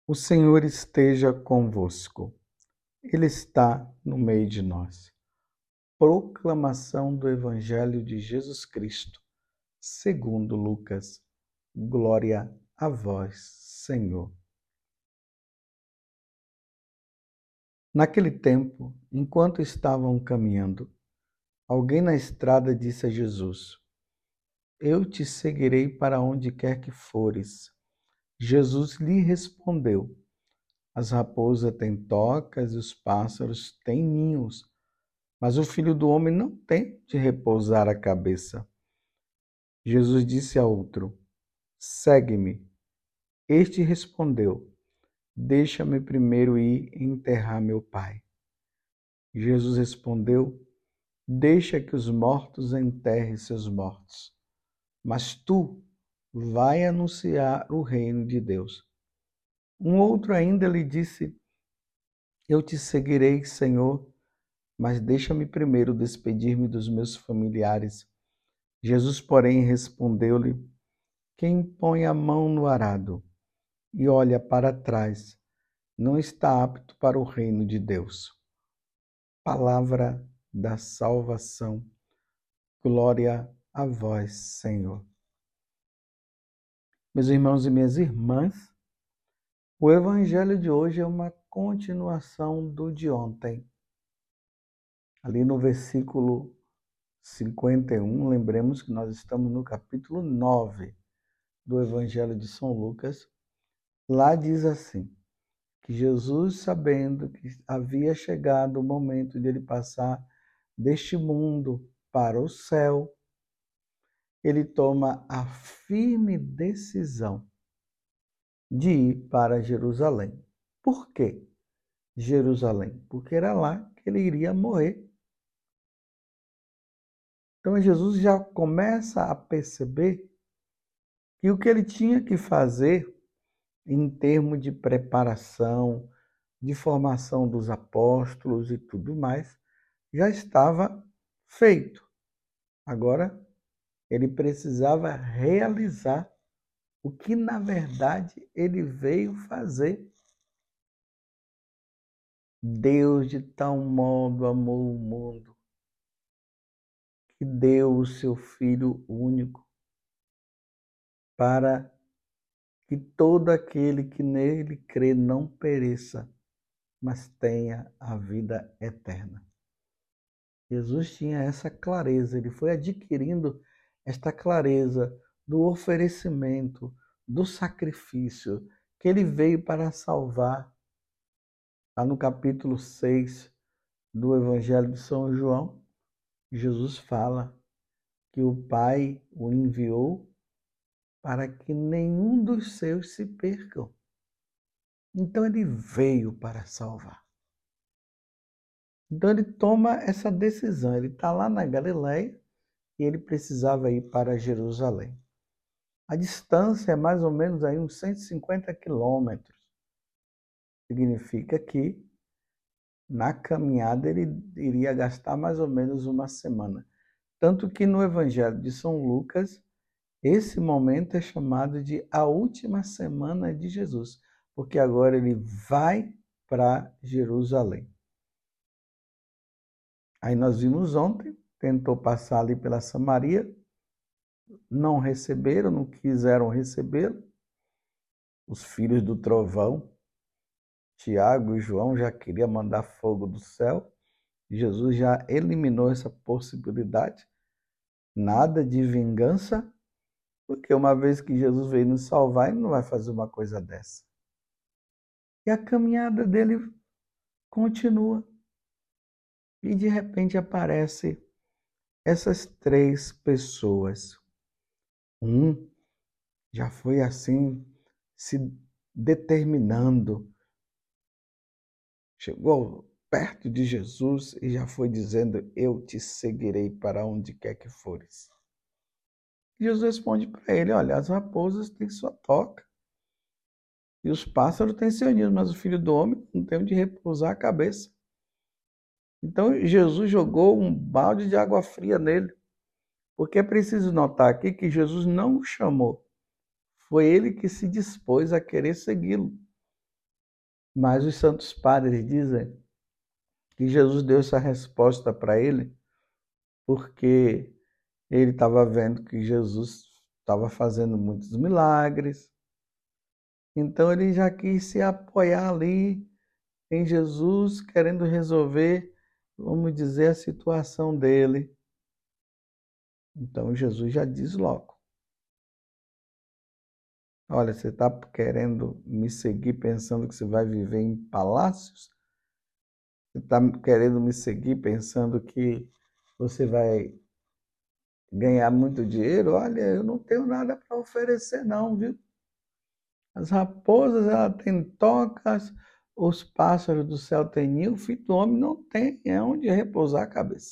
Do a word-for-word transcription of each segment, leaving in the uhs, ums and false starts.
O Senhor esteja convosco. Ele está no meio de nós. Proclamação do Evangelho de Jesus Cristo, segundo Lucas. Glória a vós, Senhor. Naquele tempo, enquanto estavam caminhando, alguém na estrada disse a Jesus: Eu te seguirei para onde quer que fores. Jesus lhe respondeu: As raposas têm tocas e os pássaros têm ninhos, mas o Filho do Homem não tem de repousar a cabeça. Jesus disse a outro: Segue-me. Este respondeu: Deixa-me primeiro ir enterrar meu pai. Jesus respondeu: Deixa que os mortos enterrem seus mortos, mas tu vai anunciar o reino de Deus. Um outro ainda lhe disse: Eu te seguirei, Senhor, mas deixa-me primeiro despedir-me dos meus familiares. Jesus, porém, respondeu-lhe: Quem põe a mão no arado e olha para trás não está apto para o reino de Deus. Palavra da salvação. Glória a vós, Senhor. Meus irmãos e minhas irmãs, o evangelho de hoje é uma continuação do de ontem. Ali no versículo cinquenta e um, lembremos que nós estamos no capítulo nove do Evangelho de São Lucas. Lá diz assim, que Jesus, sabendo que havia chegado o momento de ele passar deste mundo para o céu, ele toma a firme decisão de ir para Jerusalém. Por quê Jerusalém? Porque era lá que ele iria morrer. Então Jesus já começa a perceber que o que ele tinha que fazer em termos de preparação, de formação dos apóstolos e tudo mais, já estava feito. Agora, ele precisava realizar o que, na verdade, ele veio fazer. Deus de tal modo amou o mundo que deu o seu Filho único para que todo aquele que nele crê não pereça, mas tenha a vida eterna. Jesus tinha essa clareza, ele foi adquirindo esta clareza do oferecimento, do sacrifício, que ele veio para salvar. Lá no capítulo seis do Evangelho de São João, Jesus fala que o Pai o enviou para que nenhum dos seus se percam. Então ele veio para salvar. Então ele toma essa decisão, ele está lá na Galileia e ele precisava ir para Jerusalém. A distância é mais ou menos aí uns cento e cinquenta quilômetros. Significa que na caminhada ele iria gastar mais ou menos uma semana. Tanto que no Evangelho de São Lucas, esse momento é chamado de a última semana de Jesus, porque agora ele vai para Jerusalém. Aí nós vimos ontem, tentou passar ali pela Samaria, não receberam, não quiseram recebê-lo. Os filhos do trovão, Tiago e João, já queriam mandar fogo do céu. Jesus já eliminou essa possibilidade. Nada de vingança, porque uma vez que Jesus veio nos salvar, ele não vai fazer uma coisa dessa. E a caminhada dele continua. E de repente aparecem essas três pessoas. Um já foi assim, se determinando. Chegou perto de Jesus e já foi dizendo: Eu te seguirei para onde quer que fores. Jesus responde para ele: Olha, as raposas têm sua toca e os pássaros têm seu ninho, mas o Filho do Homem não tem onde repousar a cabeça. Então Jesus jogou um balde de água fria nele, porque é preciso notar aqui que Jesus não o chamou, foi ele que se dispôs a querer segui-lo. Mas os santos padres dizem que Jesus deu essa resposta para ele porque ele estava vendo que Jesus estava fazendo muitos milagres. Então ele já quis se apoiar ali em Jesus, querendo resolver, vamos dizer, a situação dele. Então Jesus já diz logo: olha, você está querendo me seguir pensando que você vai viver em palácios? Você está querendo me seguir pensando que você vai ganhar muito dinheiro? Olha, eu não tenho nada para oferecer não, viu? As raposas, ela tem tocas, os pássaros do céu têm ninho, o filho do homem não tem, é onde repousar a cabeça.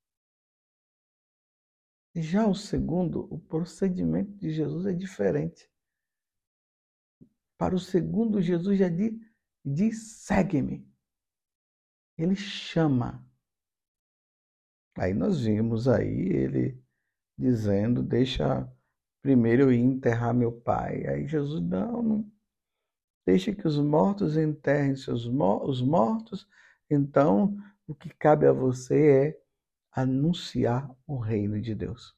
Já o segundo, o procedimento de Jesus é diferente. Para o segundo, Jesus já diz, diz segue-me. Ele chama. Aí nós vimos aí ele dizendo, deixa primeiro eu ir enterrar meu pai. Aí Jesus, não, não deixa que os mortos enterrem seus os mortos. Então, o que cabe a você é anunciar o reino de Deus.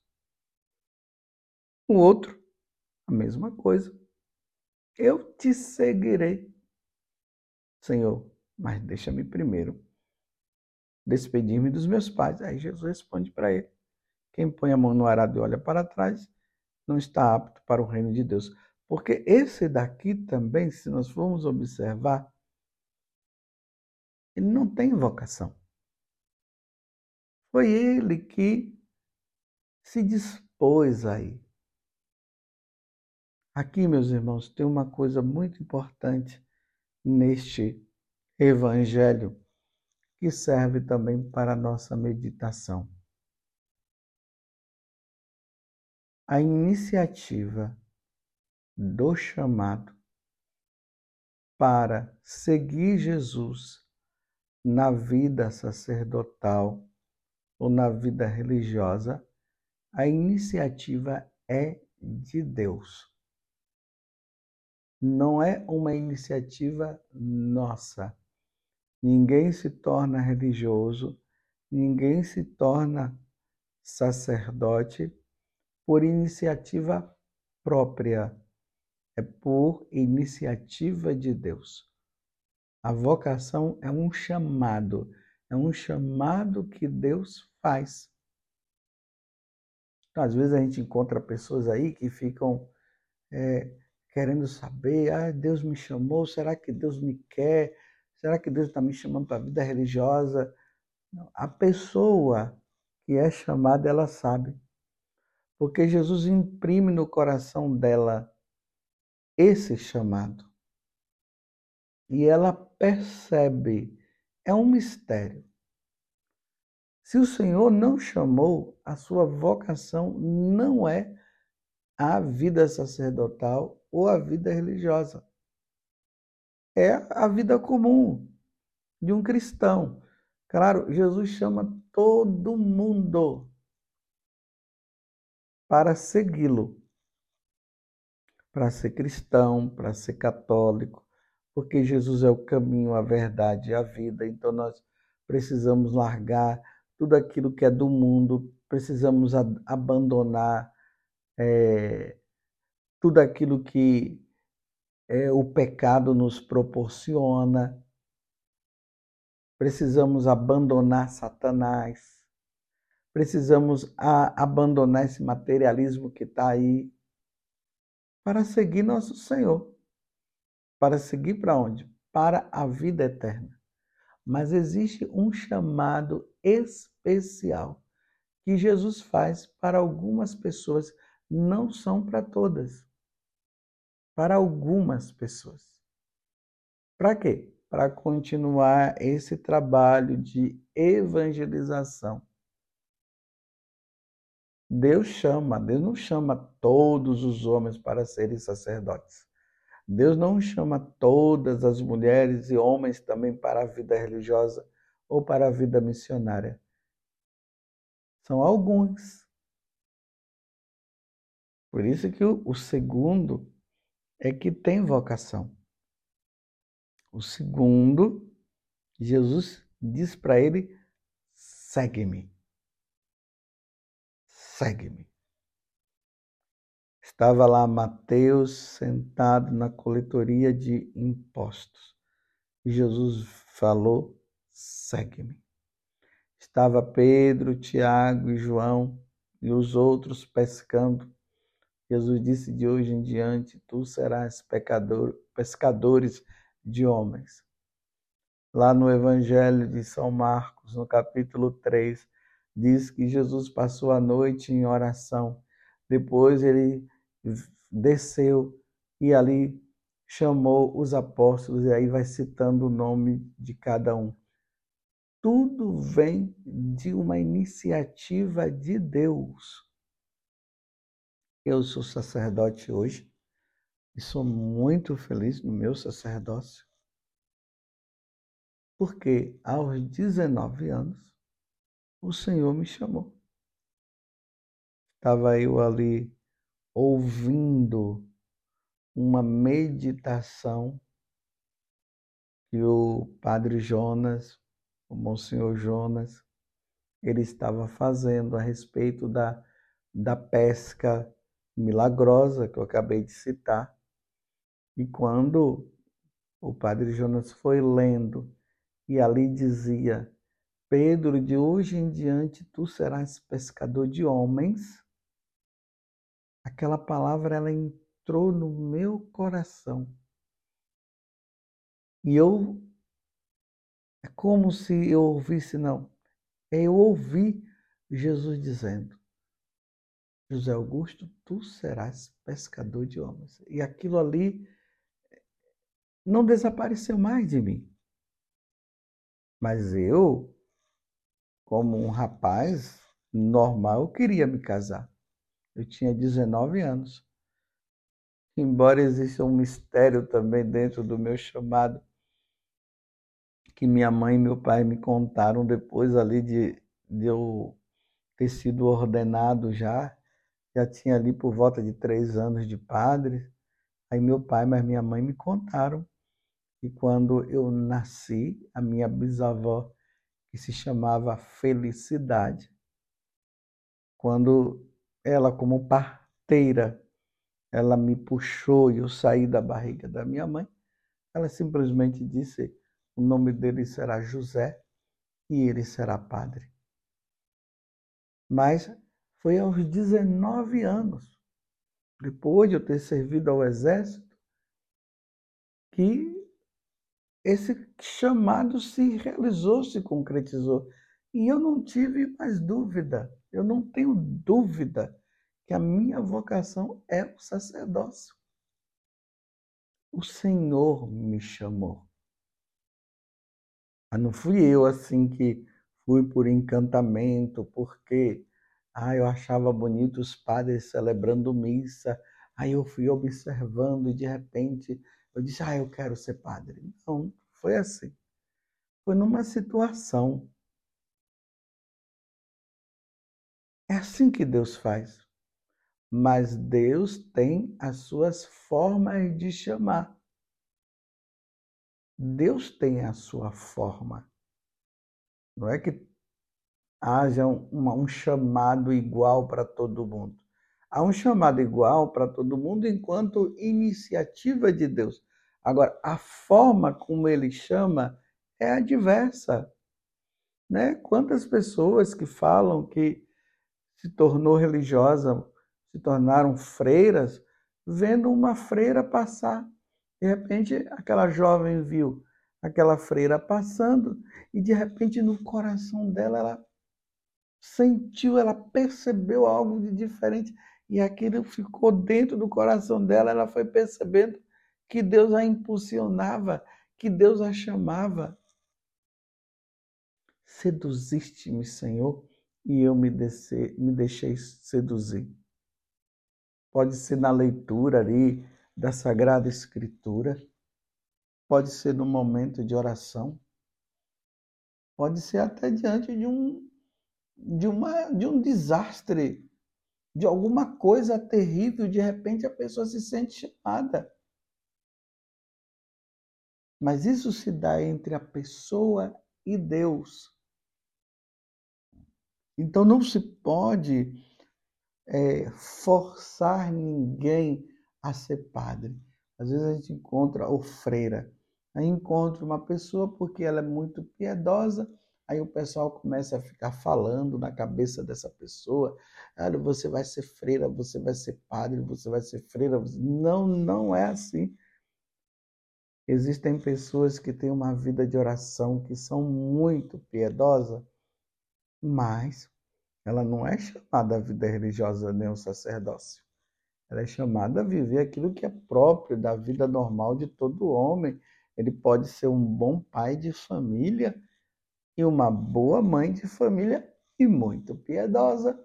O outro, a mesma coisa. Eu te seguirei, Senhor, mas deixa-me primeiro despedir-me dos meus pais. Aí Jesus responde para ele: quem põe a mão no arado e olha para trás não está apto para o reino de Deus. Porque esse daqui também, se nós formos observar, ele não tem vocação. Foi ele que se dispôs aí. Aqui, meus irmãos, tem uma coisa muito importante neste evangelho que serve também para a nossa meditação. A iniciativa do chamado para seguir Jesus na vida sacerdotal ou na vida religiosa, a iniciativa é de Deus. Não é uma iniciativa nossa. Ninguém se torna religioso, ninguém se torna sacerdote por iniciativa própria. É por iniciativa de Deus. A vocação é um chamado, é um chamado que Deus faz. Então, às vezes a gente encontra pessoas aí que ficam é, querendo saber, ah, Deus me chamou, será que Deus me quer? Será que Deus está me chamando para a vida religiosa? Não. A pessoa que é chamada, ela sabe. Porque Jesus imprime no coração dela esse chamado. E ela percebe. É um mistério. Se o Senhor não chamou, a sua vocação não é a vida sacerdotal ou a vida religiosa. É a vida comum de um cristão. Claro, Jesus chama todo mundo para segui-lo, para ser cristão, para ser católico, porque Jesus é o caminho, a verdade e a vida. Então nós precisamos largar tudo aquilo que é do mundo, precisamos abandonar é, tudo aquilo que é, o pecado nos proporciona. Precisamos abandonar Satanás. Precisamos a, abandonar esse materialismo que está aí para seguir nosso Senhor. Para seguir para onde? Para a vida eterna. Mas existe um chamado especial que Jesus faz para algumas pessoas, não são para todas. Para algumas pessoas. Para quê? Para continuar esse trabalho de evangelização. Deus chama, Deus não chama todos os homens para serem sacerdotes. Deus não chama todas as mulheres e homens também para a vida religiosa ou para a vida missionária. São alguns. Por isso que o, o segundo é que tem vocação. O segundo, Jesus diz para ele: segue-me. Segue-me. Estava lá Mateus sentado na coletoria de impostos. E Jesus falou: segue-me. Estava Pedro, Tiago e João e os outros pescando. Jesus disse: de hoje em diante tu serás pecador, pescadores de homens. Lá no Evangelho de São Marcos, no capítulo três, diz que Jesus passou a noite em oração. Depois ele desceu e ali chamou os apóstolos, e aí vai citando o nome de cada um. Tudo vem de uma iniciativa de Deus. Eu sou sacerdote hoje e sou muito feliz no meu sacerdócio, porque aos dezenove anos o Senhor me chamou. Estava eu ali ouvindo uma meditação que o Padre Jonas, o Monsenhor Jonas, ele estava fazendo a respeito da, da pesca milagrosa que eu acabei de citar. E quando o Padre Jonas foi lendo, e ali dizia: Pedro, de hoje em diante tu serás pescador de homens, aquela palavra ela entrou no meu coração. E eu, é como se eu ouvisse, não, eu ouvi Jesus dizendo: José Augusto, tu serás pescador de homens. E aquilo ali não desapareceu mais de mim. Mas eu, como um rapaz normal, eu queria me casar. Eu tinha dezenove anos. Embora exista um mistério também dentro do meu chamado, que minha mãe e meu pai me contaram depois ali de, de eu ter sido ordenado já, já tinha ali por volta de três anos de padre. Aí meu pai e minha mãe me contaram que quando eu nasci, a minha bisavó, que se chamava Felicidade, quando ela, como parteira, ela me puxou e eu saí da barriga da minha mãe, ela simplesmente disse: o nome dele será José e ele será padre. Mas foi aos dezenove anos, depois de eu ter servido ao exército, que esse chamado se realizou, se concretizou. E eu não tive mais dúvida, eu não tenho dúvida que a minha vocação é o sacerdócio. O Senhor me chamou. Mas não fui eu assim que fui por encantamento, porque ah, eu achava bonito os padres celebrando missa, aí eu fui observando e de repente eu disse: ah, eu quero ser padre. Não, foi assim. Foi numa situação. É assim que Deus faz. Mas Deus tem as suas formas de chamar. Deus tem a sua forma. Não é que haja um, um chamado igual para todo mundo. Há um chamado igual para todo mundo enquanto iniciativa de Deus. Agora, a forma como ele chama é a diversa. Né? Quantas pessoas que falam que se tornou religiosa, se tornaram freiras, vendo uma freira passar. De repente, aquela jovem viu aquela freira passando e, de repente, no coração dela, ela sentiu, ela percebeu algo de diferente e aquilo ficou dentro do coração dela. Ela foi percebendo que Deus a impulsionava, que Deus a chamava. Seduziste-me, Senhor, e eu me, descer, me deixei seduzir. Pode ser na leitura ali da Sagrada Escritura, pode ser no momento de oração, pode ser até diante de um, de uma, de um desastre, de alguma coisa terrível, de repente a pessoa se sente chamada. Mas isso se dá entre a pessoa e Deus. Então não se pode é, forçar ninguém a ser padre. Às vezes a gente encontra ou freira. Aí encontra uma pessoa porque ela é muito piedosa, aí o pessoal começa a ficar falando na cabeça dessa pessoa, olha, você vai ser freira, você vai ser padre, você vai ser freira. Não, não é assim. Existem pessoas que têm uma vida de oração, que são muito piedosas, mas ela não é chamada a vida religiosa nem o sacerdócio. Ela é chamada a viver aquilo que é próprio da vida normal de todo homem. Ele pode ser um bom pai de família e uma boa mãe de família e muito piedosa.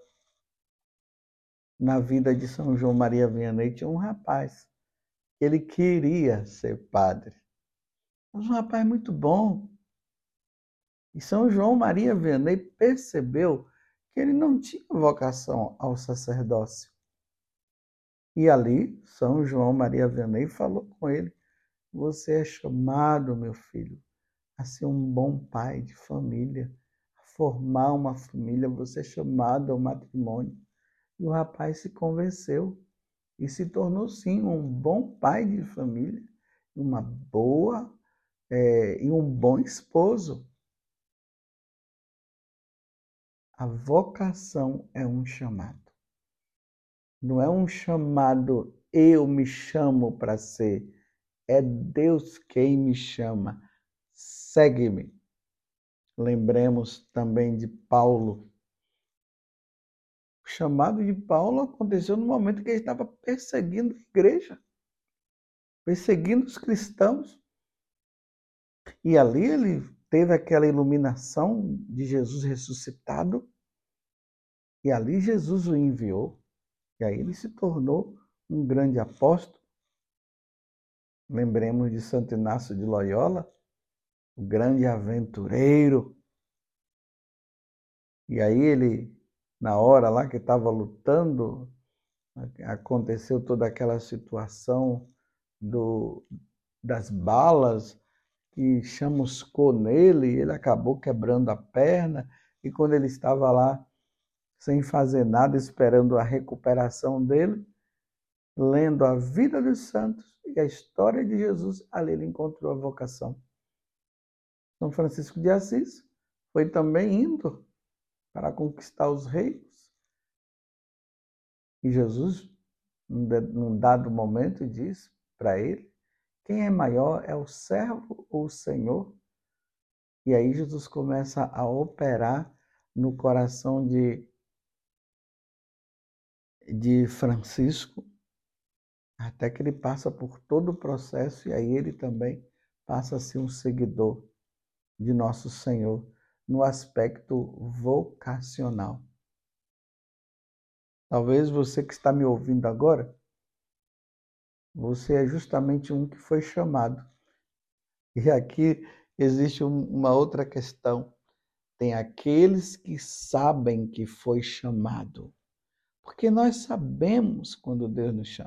Na vida de São João Maria Vianney tinha um rapaz. Ele queria ser padre. Mas um rapaz muito bom. E São João Maria Vianney percebeu que ele não tinha vocação ao sacerdócio. E ali, São João Maria Vianney falou com ele, você é chamado, meu filho, a ser um bom pai de família, a formar uma família, você é chamado ao matrimônio. E o rapaz se convenceu e se tornou, sim, um bom pai de família, uma boa é, e um bom esposo. A vocação é um chamado. Não é um chamado, eu me chamo para ser. É Deus quem me chama. Segue-me. Lembremos também de Paulo. O chamado de Paulo aconteceu no momento que ele estava perseguindo a igreja, perseguindo os cristãos. E ali ele teve aquela iluminação de Jesus ressuscitado. E ali Jesus o enviou. E aí ele se tornou um grande apóstolo. Lembremos de Santo Inácio de Loyola, o grande aventureiro. E aí ele, na hora lá que estava lutando, aconteceu toda aquela situação do, das balas que chamuscou nele, e ele acabou quebrando a perna, e quando ele estava lá sem fazer nada, esperando a recuperação dele, lendo a vida dos santos e a história de Jesus, ali ele encontrou a vocação. São Francisco de Assis foi também indo para conquistar os reinos. E Jesus, num dado momento, diz para ele, quem é maior é o servo ou o Senhor? E aí Jesus começa a operar no coração de, de Francisco, até que ele passa por todo o processo, e aí ele também passa a ser um seguidor de nosso Senhor no aspecto vocacional. Talvez você que está me ouvindo agora, você é justamente um que foi chamado. E aqui existe uma outra questão. Tem aqueles que sabem que foi chamado. Porque nós sabemos quando Deus nos chama.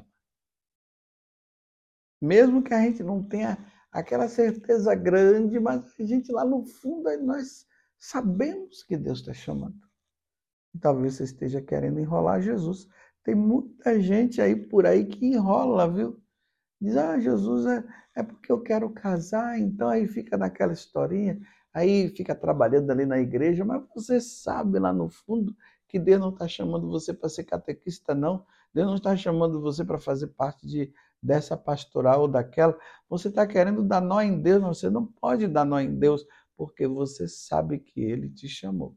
Mesmo que a gente não tenha aquela certeza grande, mas a gente lá no fundo nós sabemos que Deus está chamando. E talvez você esteja querendo enrolar Jesus. Tem muita gente aí por aí que enrola, viu? Diz, ah, Jesus é, é porque eu quero casar, então aí fica naquela historinha, aí fica trabalhando ali na igreja, mas você sabe lá no fundo que Deus não está chamando você para ser catequista, não. Deus não está chamando você para fazer parte de, dessa pastoral ou daquela. Você está querendo dar nó em Deus, mas você não pode dar nó em Deus, porque você sabe que Ele te chamou.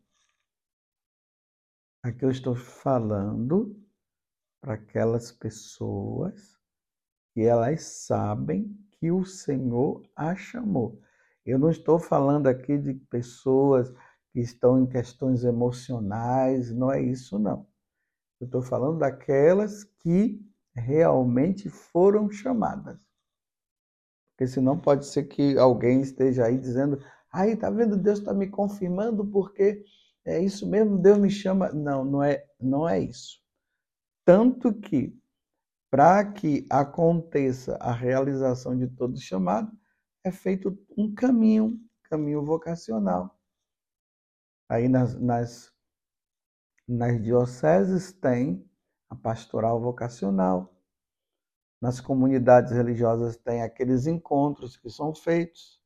Aqui eu estou falando para aquelas pessoas que elas sabem que o Senhor a chamou. Eu não estou falando aqui de pessoas que estão em questões emocionais, não é isso não. Eu estou falando daquelas que realmente foram chamadas. Porque senão pode ser que alguém esteja aí dizendo, ai, tá vendo, Deus está me confirmando porque é isso mesmo, Deus me chama. Não, não é, não é isso. Tanto que, para que aconteça a realização de todo chamado, é feito um caminho, caminho vocacional. Aí nas, nas, nas dioceses tem a pastoral vocacional. Nas comunidades religiosas tem aqueles encontros que são feitos.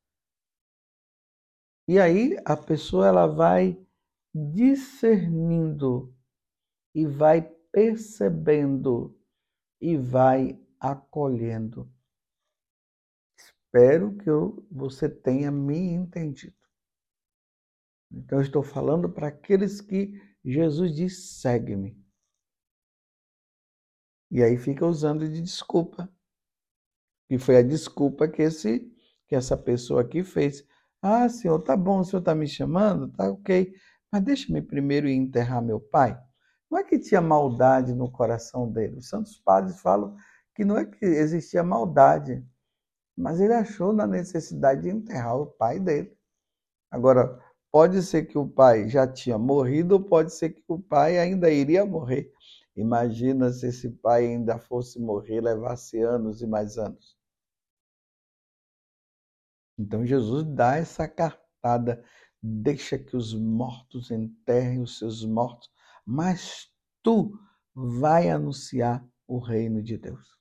E aí a pessoa ela vai discernindo e vai percebendo e vai acolhendo. Espero que eu, você tenha me entendido. Então, eu estou falando para aqueles que Jesus diz, segue-me. E aí fica usando de desculpa. E foi a desculpa que, esse, que essa pessoa aqui fez. Ah, senhor, tá bom, o senhor está me chamando? Tá ok. Mas deixa-me primeiro ir enterrar meu pai. Não é que tinha maldade no coração dele. Os santos padres falam que não é que existia maldade, mas ele achou na necessidade de enterrar o pai dele. Agora, pode ser que o pai já tinha morrido, ou pode ser que o pai ainda iria morrer. Imagina se esse pai ainda fosse morrer, levasse anos e mais anos. Então Jesus dá essa cartada, deixa que os mortos enterrem os seus mortos, mas tu vai anunciar o reino de Deus.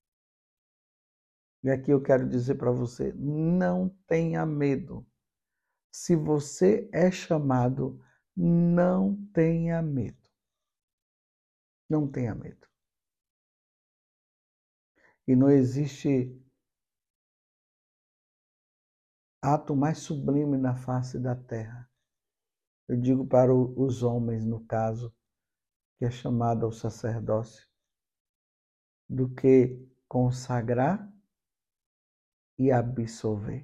E aqui eu quero dizer para você, não tenha medo. Se você é chamado, não tenha medo. Não tenha medo. E não existe ato mais sublime na face da terra. Eu digo para os homens, no caso, que é chamado ao sacerdócio, do que consagrar e absolver.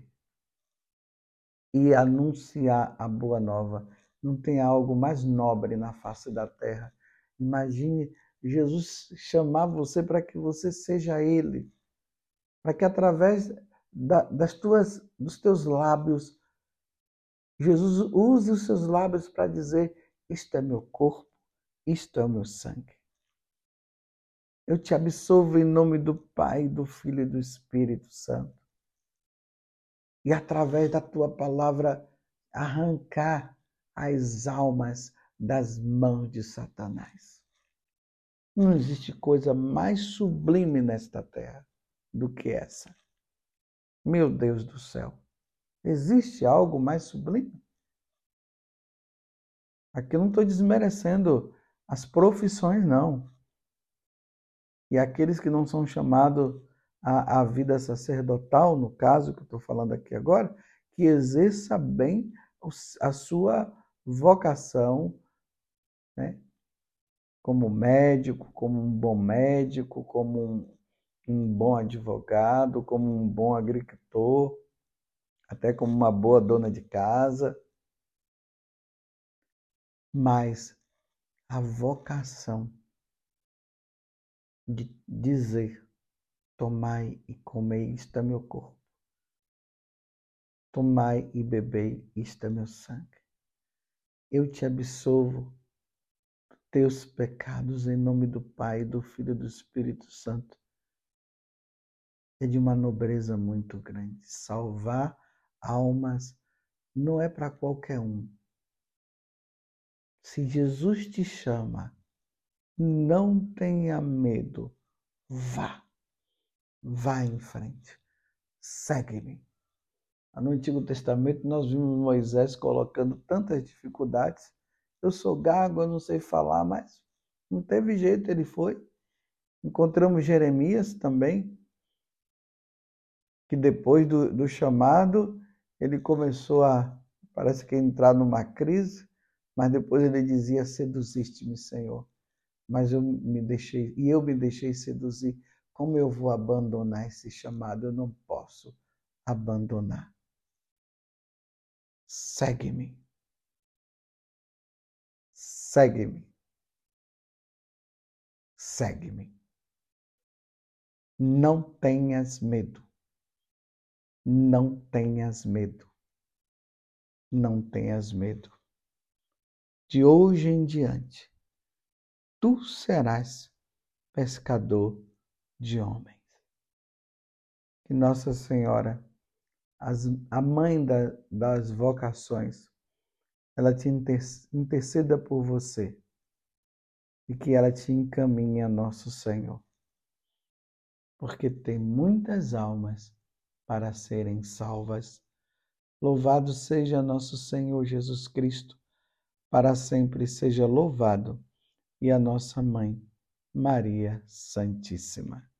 E anunciar a boa nova. Não tem algo mais nobre na face da terra. Imagine Jesus chamar você para que você seja Ele. Para que através da, das tuas, dos teus lábios, Jesus use os seus lábios para dizer, isto é meu corpo, isto é o meu sangue. Eu te absolvo em nome do Pai, do Filho e do Espírito Santo. E através da tua palavra, arrancar as almas das mãos de Satanás. Não existe coisa mais sublime nesta terra do que essa. Meu Deus do céu. Existe algo mais sublime? Aqui eu não estou desmerecendo as profissões, não. E aqueles que não são chamados à, à vida sacerdotal, no caso que eu estou falando aqui agora, que exerça bem a sua vocação, né? Como médico, como um bom médico, como um, um bom advogado, como um bom agricultor, até como uma boa dona de casa. Mas a vocação de dizer, tomai e comei, isto é meu corpo. Tomai e bebei, isto é meu sangue. Eu te absolvo teus pecados em nome do Pai, do Filho e do Espírito Santo. É de uma nobreza muito grande. Salvar almas não é para qualquer um. Se Jesus te chama, não tenha medo. Vá. Vá em frente. Segue-me. No Antigo Testamento nós vimos Moisés colocando tantas dificuldades. Eu sou gago, eu não sei falar, mas não teve jeito, ele foi. Encontramos Jeremias também, que depois do, do chamado, ele começou a, parece que entrar numa crise, mas depois ele dizia, seduziste-me, Senhor. Mas eu me deixei, e eu me deixei seduzir. Como eu vou abandonar esse chamado? Eu não posso abandonar. Segue-me. Segue-me. Segue-me. Não tenhas medo. Não tenhas medo. Não tenhas medo. De hoje em diante, tu serás pescador de homens. Que Nossa Senhora as, a mãe da, das vocações, ela te interceda por você e que ela te encaminhe a nosso Senhor, porque tem muitas almas para serem salvas. Louvado seja nosso Senhor Jesus Cristo, para sempre seja louvado, e a nossa Mãe, Maria Santíssima.